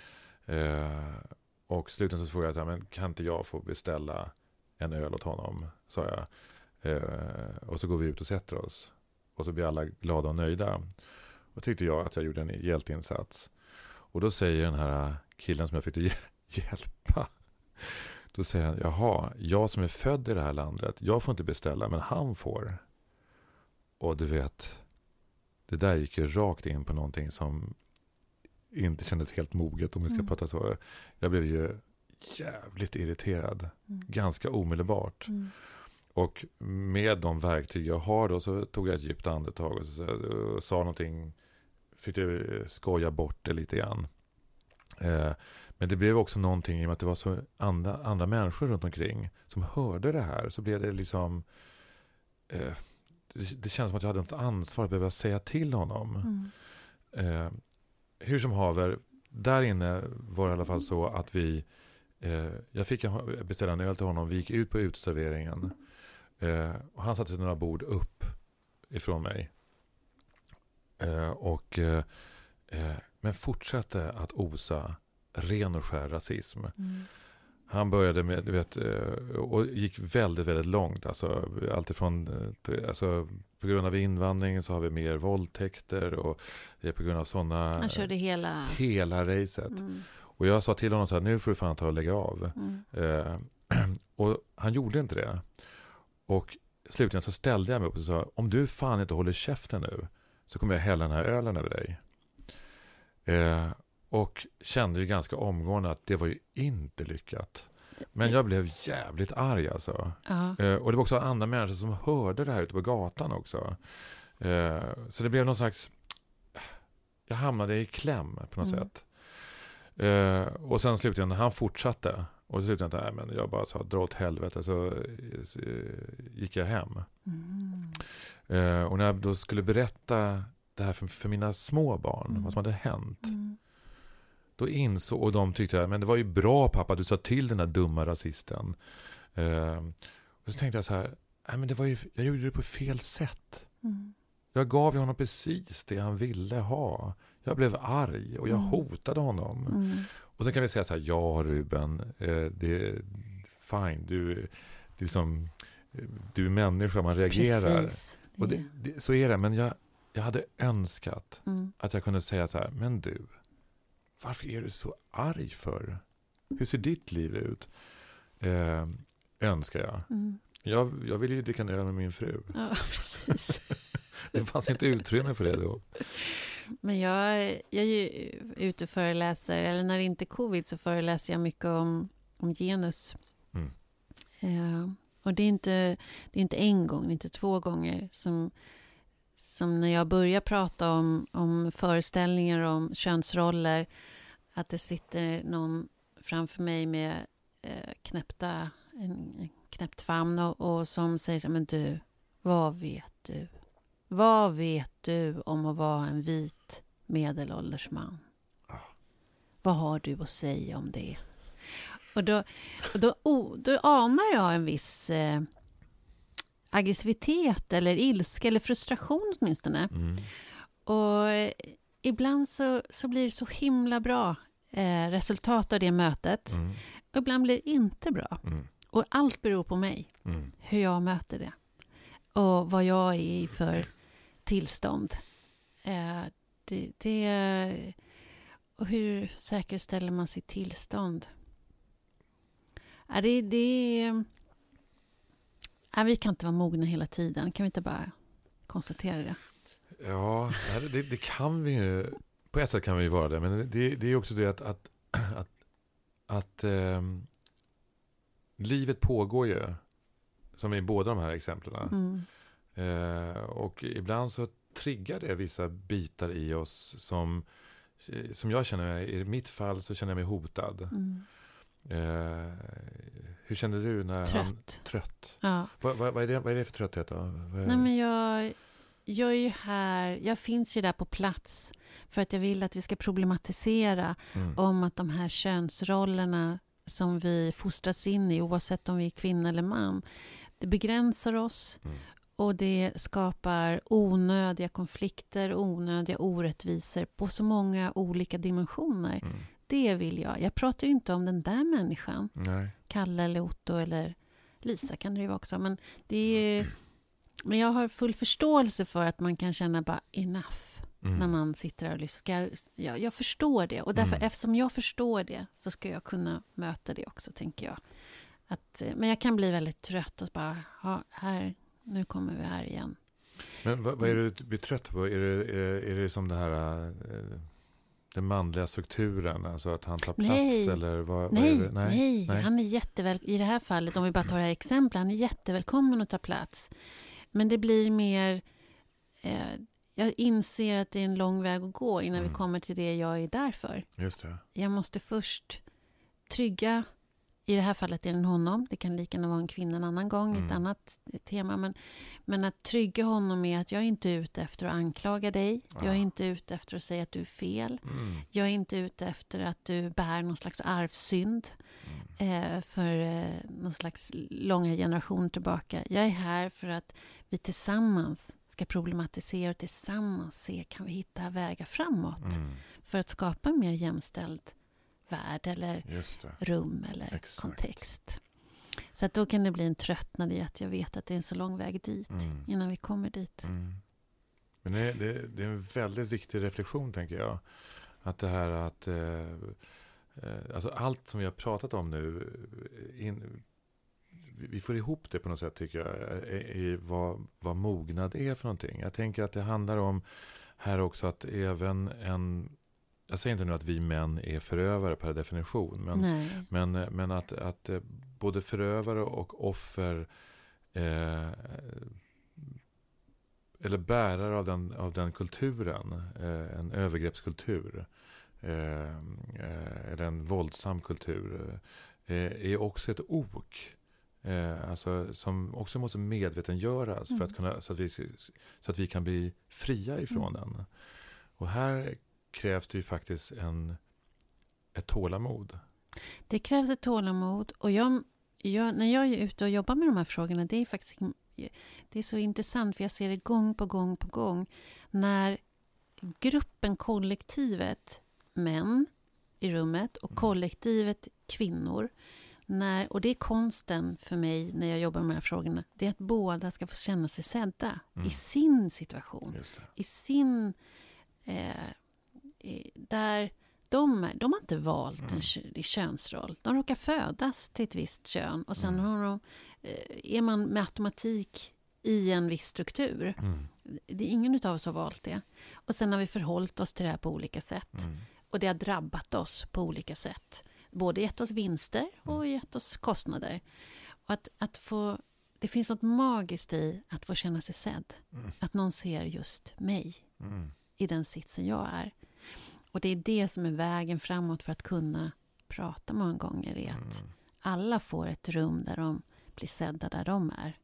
Och slutligen så frågade jag men kan inte jag få beställa en öl åt honom, sa jag. Och så går vi ut och sätter oss. Och så blir alla glada och nöjda. Och tyckte jag att jag gjorde en hjälteinsats. Och då säger den här killen som jag fick hjälpa. Då säger han, jaha, jag som är född i det här landet, jag får inte beställa, men han får. Och du vet, det där gick ju rakt in på någonting som inte kändes helt moget, om vi ska prata så. Jag blev ju jävligt irriterad. Ganska omedelbart. Och med de verktyg jag har då så tog jag ett djupt andetag och sa någonting, fick skoja bort det lite grann. Men det blev också någonting i och med att det var så andra människor runt omkring som hörde det här, så blev det liksom det kändes som att jag hade ett ansvar att behöva säga till honom. Hur som haver, där inne var det i alla fall så att jag fick beställa en öl till honom, vi gick ut på uteserveringen. Och han satte sig några bord upp ifrån mig. Men fortsatte att osa ren och skär rasism. Han började med, du vet, och gick väldigt, väldigt långt. Alltså, alltifrån, alltså, på grund av invandringen så har vi mer våldtäkter och det är på grund av sådana... Han körde hela racet. Och jag sa till honom så här, nu får du fan ta och lägga av. Och han gjorde inte det. Och slutligen så ställde jag mig upp och sa, om du fan inte håller käften nu så kommer jag hälla den här ölen över dig. Och kände ju ganska omgående att det var ju inte lyckat. Men jag blev jävligt arg alltså. Och det var också andra människor som hörde det här ute på gatan också. Så det blev någon slags... Jag hamnade i kläm på något sätt. Och sen slutligen, han fortsatte. Och slutligen, men jag bara sa, dra åt helvete. Så gick jag hem. Och när jag då skulle berätta det här för mina små barn, vad som hade hänt. Då insåg, och de tyckte, men det var ju bra pappa, du sa till den där dumma rasisten. Och så tänkte jag så här, men det var ju, jag gjorde det på fel sätt. Jag gav ju honom precis det han ville ha. Jag blev arg och jag hotade honom. Och sen kan vi säga så här, ja Ruben, det är fine, du är människa, man reagerar. Precis. Och så är det, men jag hade önskat att jag kunde säga så här, men du, varför är du så arg för? Hur ser ditt liv ut? Önskar jag. Jag ville ju dricka en öl med min fru. Ja, precis. Det fanns inte utrymme för det då. Men jag är ju ute och föreläser, eller när det inte är covid så föreläser jag mycket om genus. Och det är inte en gång, det är inte 2 gånger som när jag börjar prata om föreställningar om könsroller, att det sitter någon framför mig med en knäppt famn och som säger så, men du, vad vet du? Vad vet du om att vara en vit medelålders man? Vad har du att säga om det? Och då anar jag en viss aggressivitet eller ilska eller frustration åtminstone. Och ibland så blir det så himla bra resultat av det mötet. Och ibland blir det inte bra. Och allt beror på mig. Hur jag möter det. Och vad jag är i för tillstånd. Och hur säkerställer man sitt tillstånd? Vi kan inte vara mogna hela tiden. Kan vi inte bara konstatera det? Ja, det kan vi ju. På ett sätt kan vi ju vara det. Men det är också det att livet pågår ju. Som i båda de här exemplen. Och ibland så triggar det vissa bitar i oss som jag känner mig, i mitt fall så känner jag mig hotad. Hur kände du när trött? Ja. Vad är det för trötthet då? Nej, men jag är ju här, jag finns ju där på plats för att jag vill att vi ska problematisera om att de här könsrollerna som vi fostras in i, oavsett om vi är kvinna eller man, det begränsar oss och det skapar onödiga konflikter, onödiga orättvisor på så många olika dimensioner. Det vill jag. Jag pratar ju inte om den där människan. Nej. Kalle eller Otto eller Lisa kan det ju vara också. Men men jag har full förståelse för att man kan känna bara enough när man sitter där och lyssnar. Jag förstår det. Och därför, eftersom jag förstår det så ska jag kunna möta det också, tänker jag. Men jag kan bli väldigt trött och bara, nu kommer vi här igen. Men vad är det du blir trött på? Är det som det här... den manliga strukturen, alltså att han tar plats? Nej, eller vad nej, är det? Nej, han är jättevälkommen. I det här fallet, om vi bara tar det här exemplet, han är jättevälkommen att ta plats. Men det blir mer... jag inser att det är en lång väg att gå innan vi kommer till det jag är där för. Just det. Jag måste först trygga, i det här fallet är det honom, det kan lika gärna vara en kvinna en annan gång, ett annat tema, men att trygga honom med att jag är inte ute efter att anklaga dig, jag är inte ute efter att säga att du är fel, jag är inte ute efter att du bär någon slags arvsynd för någon slags långa generationer tillbaka. Jag är här för att vi tillsammans ska problematisera och tillsammans se, kan vi hitta vägar framåt för att skapa en mer jämställd värld eller rum eller kontext. Så att då kan det bli en tröttnad i att jag vet att det är en så lång väg dit innan vi kommer dit. Men det är en väldigt viktig reflektion, tänker jag. Att det här alltså allt som vi har pratat om nu vi får ihop det på något sätt, tycker jag, i vad mognad är för någonting. Jag tänker att det handlar om här också att även jag säger inte nu att vi män är förövare per definition, men att både förövare och offer eller bärare av den kulturen, en övergreppskultur eller en våldsam kultur, är också ett ok. Alltså, som också måste medvetengöras för att kunna, så att vi kan bli fria ifrån den. Och här krävs det ju faktiskt ett tålamod. Det krävs ett tålamod, och när jag är ute och jobbar med de här frågorna, det är så intressant, för jag ser det gång på gång när gruppen, kollektivet män i rummet och kollektivet kvinnor, och det är konsten för mig när jag jobbar med de här frågorna, det är att båda ska få känna sig sedda i sin situation, i sin där de har inte valt en könsroll. De råkar födas till ett visst kön, och sen är man med automatik i en viss struktur. Det är ingen utav oss har valt det. Och sen har vi förhållit oss till det här på olika sätt. Och det har drabbat oss på olika sätt. Både gett oss vinster och gett oss kostnader. Och det finns något magiskt i att få känna sig sedd. Att någon ser just mig i den sitsen jag är. Och det är det som är vägen framåt för att kunna prata många gånger, är att alla får ett rum där de blir sedda där de är.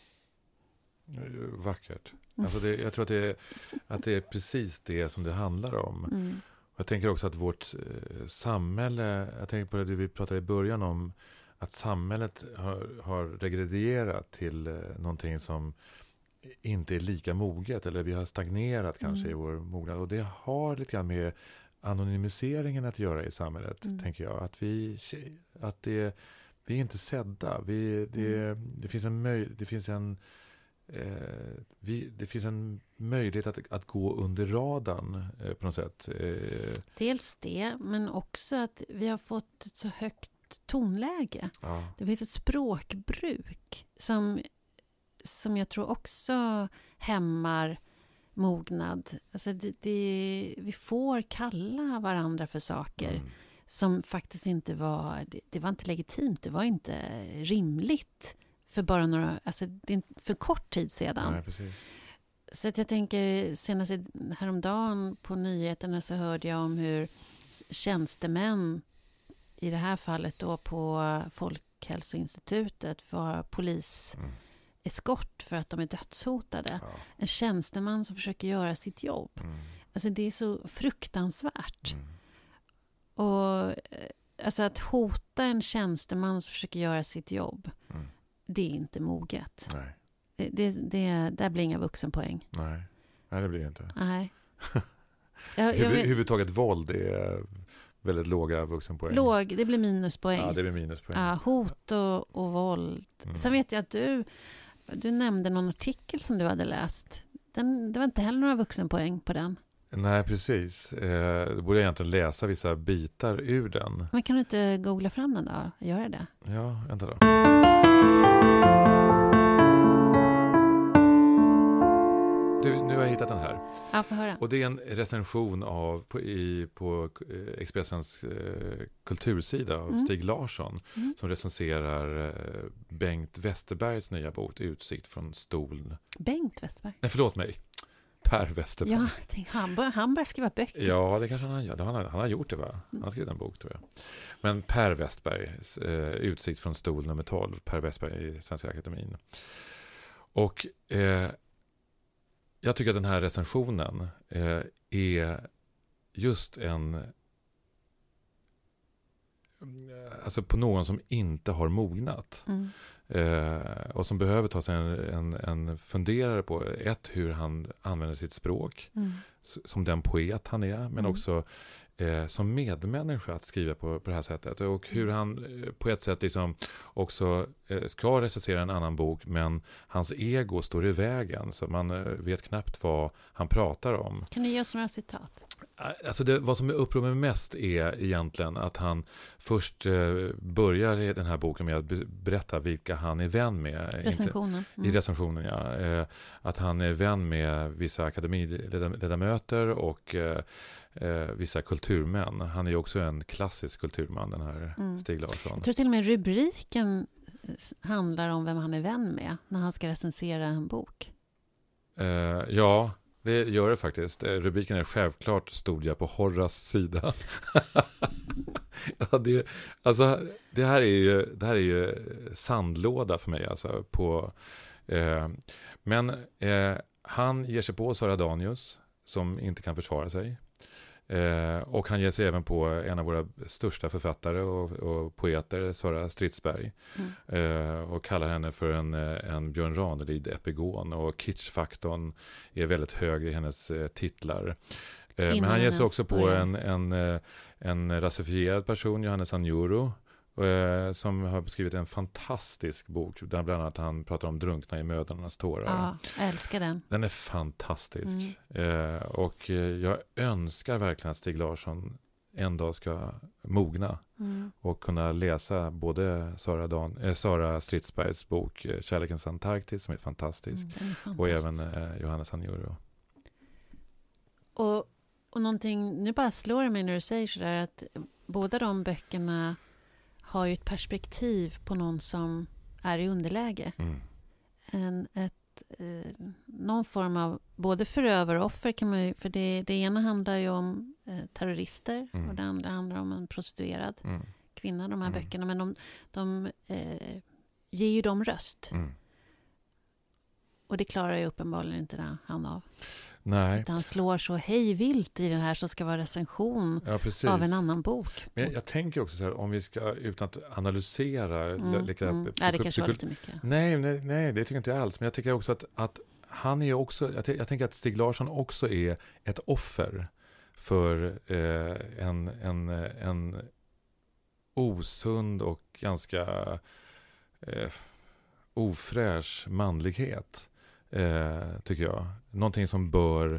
Vackert. Alltså jag tror att det är precis det som det handlar om. Jag tänker också att vårt samhälle, jag tänker på det vi pratade i början om, att samhället har regrederat till någonting som inte är lika moget, eller vi har stagnerat kanske i vår mognad, och det har lite grann med anonymiseringen att göra i samhället, tänker jag, att vi är inte sedda, det finns en möjlighet att gå under radarn på något sätt. Dels det, men också att vi har fått ett så högt tonläge. Det finns ett språkbruk som jag tror också hämmar mognad. Alltså vi får kalla varandra för saker som faktiskt inte det var inte legitimt, det var inte rimligt för bara för kort tid sedan. Nej, precis. Så att jag tänker, senast häromdagen på nyheterna så hörde jag om hur tjänstemän, i det här fallet då på Folkhälsoinstitutet, var poliseskort för att de är dödshotade. En tjänsteman som försöker göra sitt jobb. Alltså det är så fruktansvärt. Och alltså att hota en tjänsteman som försöker göra sitt jobb, det är inte moget. Nej. Där blir inga vuxenpoäng. Nej, det blir det inte. Nej. Huvudtaget våld är väldigt låga vuxenpoäng. Det blir minuspoäng. Ja, det blir minuspoäng. Ja, hot och våld. Sen vet jag att du nämnde någon artikel som du hade läst. Det var inte heller några vuxenpoäng på den. Nej, precis. Då borde jag egentligen läsa vissa bitar ur den. Men kan du inte googla fram den då? Gör det. Ja, vänta då. Nu har jag hittat den här. Ja, får höra. Och det är en recension på Expressens kultursida av Stig Larsson, som recenserar Bengt Westerbergs nya bok Utsikt från stol. Bengt Westerberg? Nej, förlåt mig. Per Westerberg. Ja, han börjar skriva böcker. Ja, det kanske han gör. Han har gjort det, va? Han har skrivit en bok, tror jag. Men Per Westerbergs Utsikt från stol nummer 12. Per Westerberg i Svenska Akademin. Och jag tycker att den här recensionen är just alltså på någon som inte har mognat. Och som behöver ta sig en funderare på hur han använder sitt språk, som den poet han är, men också som medmänniska att skriva på det här sättet, och hur han på ett sätt liksom också ska recensera en annan bok, men hans ego står i vägen, så man vet knappt vad han pratar om. Kan du ge oss några citat? Alltså vad som upprör mig mest är egentligen att han först börjar i den här boken med att berätta vilka han är vän med. Recensionen. I recensionen, ja. Att han är vän med vissa akademiledamöter och vissa kulturmän. Han är ju också en klassisk kulturman, den här Stieg Larsson. Jag tror till och med rubriken handlar om vem han är vän med när han ska recensera en bok. Ja, det gör det faktiskt. Rubriken är självklart stod jag på Horras sida. Ja, det här är ju sandlåda för mig. Alltså, men han ger sig på Sara Danius som inte kan försvara sig. Och han ger sig även på en av våra största författare och poeter, Sara Stridsberg. Och kallar henne för en Björn Ranelid-epigon. Och kitschfaktorn är väldigt hög i hennes titlar. Men han ger sig också på en rasifierad person, Johannes Anjuru, som har beskrivit en fantastisk bok där bland annat han pratar om drunkna i mödrarnas tårar. Ja, jag älskar den. Den är fantastisk. Och jag önskar verkligen att Stieg en dag ska mogna och kunna läsa både Sara Stridsbergs bok Kärlekens Antarktis som är fantastisk, och även Johannes Anjuru. Och någonting, nu bara slår det mig när du säger sådär, att båda de böckerna har ju ett perspektiv på någon som är i underläge. Någon form av både förövare och offer kan man ju, för det ena handlar ju om terrorister och det andra handlar om en prostituerad kvinna, de här böckerna, men de ger ju dem röst. Och det klarar ju uppenbarligen inte han av. Nej. Utan han slår så hejvilt i den här som ska vara recension av en annan bok. Men jag tänker också så här, om vi ska, utan att analysera... Nej, det kanske var lite mycket. Nej, det tycker jag inte alls. Men jag tycker också att han är också... Jag tänker att Stieg Larsson också är ett offer för en osund och ganska ofräsch manlighet. Tycker jag. Någonting som bör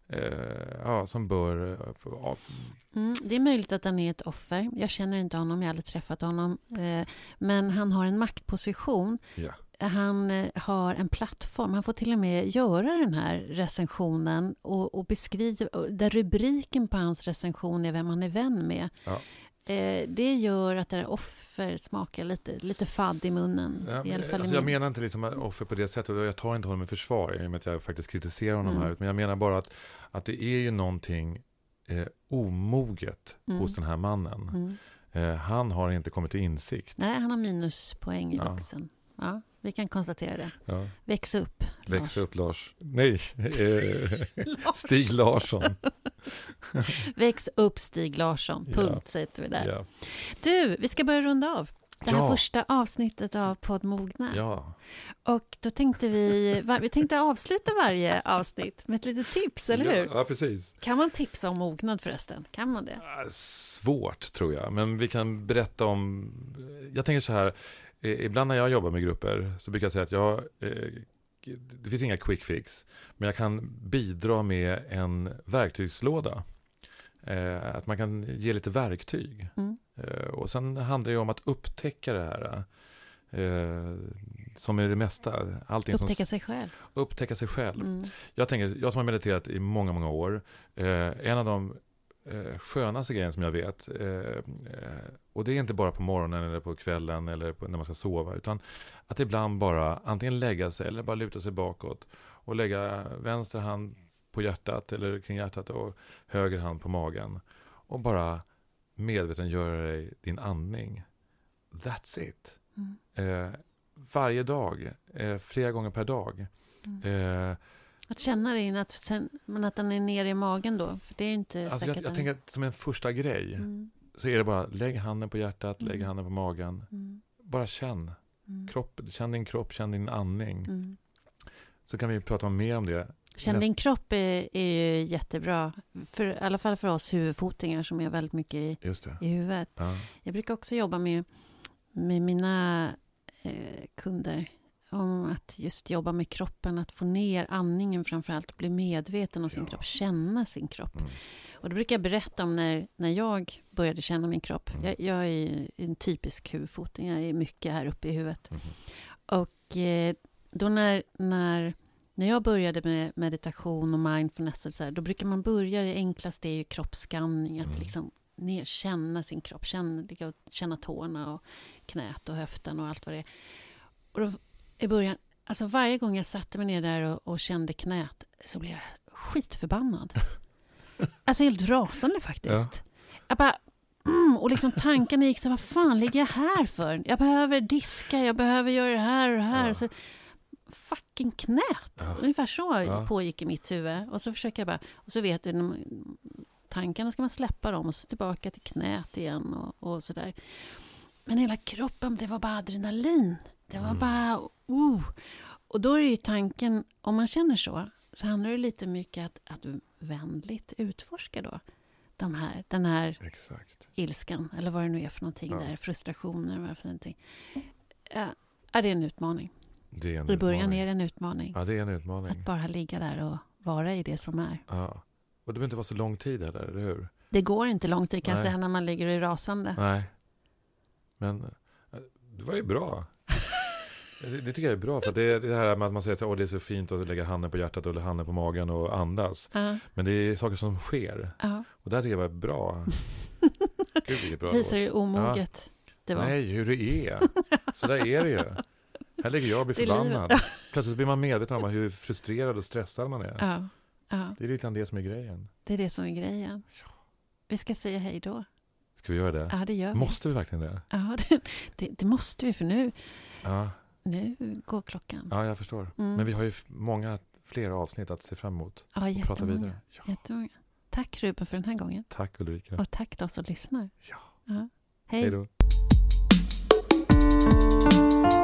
det är möjligt att han är ett offer. Jag känner inte honom, jag har aldrig träffat honom. Men han har en maktposition. Ja. Han har en plattform. Han får till och med göra den här recensionen och beskriva, där rubriken på hans recension är vem han är vän med. Ja. Det gör att det där offer smakar lite fadd i munnen. Ja, i alla fall jag menar inte liksom offer på det sättet, och jag tar inte honom i försvar i och med att jag faktiskt kritiserar honom här, men jag menar bara att det är ju någonting omoget hos den här mannen. Han har inte kommit till insikt. Nej, han har minuspoäng i boxen. Ja, vi kan konstatera det. Ja. Väx upp. Väx upp, Lars. Nej, Stieg Larsson. Väx upp, Stieg Larsson. Punkt, sätter vi där. Ja. Du, vi ska börja runda av. Det här första avsnittet av Podd Mogna. Ja. Och då tänkte vi tänkte avsluta varje avsnitt med ett litet tips, eller hur? Ja, precis. Kan man tipsa om mognad förresten? Kan man det? Svårt, tror jag. Men vi kan berätta om... Jag tänker så här, ibland när jag jobbar med grupper så brukar jag säga att det finns inga quick fix, men jag kan bidra med en verktygslåda. Att man kan ge lite verktyg. Och sen handlar det om att upptäcka det här som är det mesta. Upptäcka sig själv. Jag som har mediterat i många, många år, en av de skönaste grejen som jag vet, och det är inte bara på morgonen eller på kvällen eller när man ska sova, utan att ibland bara antingen lägga sig eller bara luta sig bakåt och lägga vänster hand på hjärtat eller kring hjärtat och höger hand på magen och bara medveten göra dig din andning. That's it. Varje dag, flera gånger per dag. Att känna det in att den är nere i magen då, för det är inte alltså jag tänker att som en första grej så är det bara lägg handen på hjärtat, lägg handen på magen. Bara känn känn din kropp, känn din andning. Så kan vi prata mer om det. Känn din kropp är ju jättebra, i alla fall för oss huvudfotingar som är väldigt mycket i huvudet. Jag brukar också jobba med mina kunder om att just jobba med kroppen, att få ner andningen framförallt, bli medveten om sin kropp, känna sin kropp. Och det brukar jag berätta om när jag började känna min kropp. Jag är en typisk huvudfoting, jag är mycket här uppe i huvudet. Och då när jag började med meditation och mindfulness och så här, då brukar man börja, det enklaste är ju kroppsskanning, att liksom känna sin kropp, känna tårna och knät och höften och allt vad det är. Och då, i början, alltså varje gång jag satte mig ner där och kände knät, så blev jag skitförbannad. Alltså helt rasande faktiskt. Jag bara, och liksom tankarna gick så, vad fan ligger jag här för? Jag behöver diska, jag behöver göra det här och det här. Och så, fucking knät. Ungefär så pågick i mitt huvud. Och så försöker jag bara, och så vet du, tankarna ska man släppa dem och så tillbaka till knät igen och sådär. Men hela kroppen, det var bara adrenalin. Det var bara, Och då är det ju tanken, om man känner så handlar det lite mycket att vänligt utforska då den här ilskan, eller vad det nu är för någonting där, frustrationer, vad det är för någonting. Är det en utmaning? I början är det en utmaning. Ja, det är en utmaning. Att bara ligga där och vara i det som är. Ja. Och det behöver inte vara så lång tid heller, eller hur? Det går inte lång tid, kan jag säga, när man ligger i rasande. Nej. Men det var ju bra. Det tycker jag är bra, för det är det här med att man säger att det är så fint att lägga handen på hjärtat eller handen på magen och andas. Men det är saker som sker. Och det tycker jag var bra. Gud, vilket bra. Visar det omoget det var. Nej, hur det är. Så där är det ju. Här ligger jag och blir förbannad. Plötsligt blir man medveten om hur frustrerad och stressad man är. Det är lite det som är grejen. Det är det som är grejen. Vi ska säga hej då. Ska vi göra det? Ja, det gör vi. Måste vi verkligen det? Ja, det måste vi, för nu går klockan. Ja, jag förstår. Men vi har ju många fler avsnitt att se fram emot. Ja, och prata vidare. Jättemånga. Tack Ruben för den här gången. Tack Ulrika. Och tack de som lyssnar. Ja. Hej då.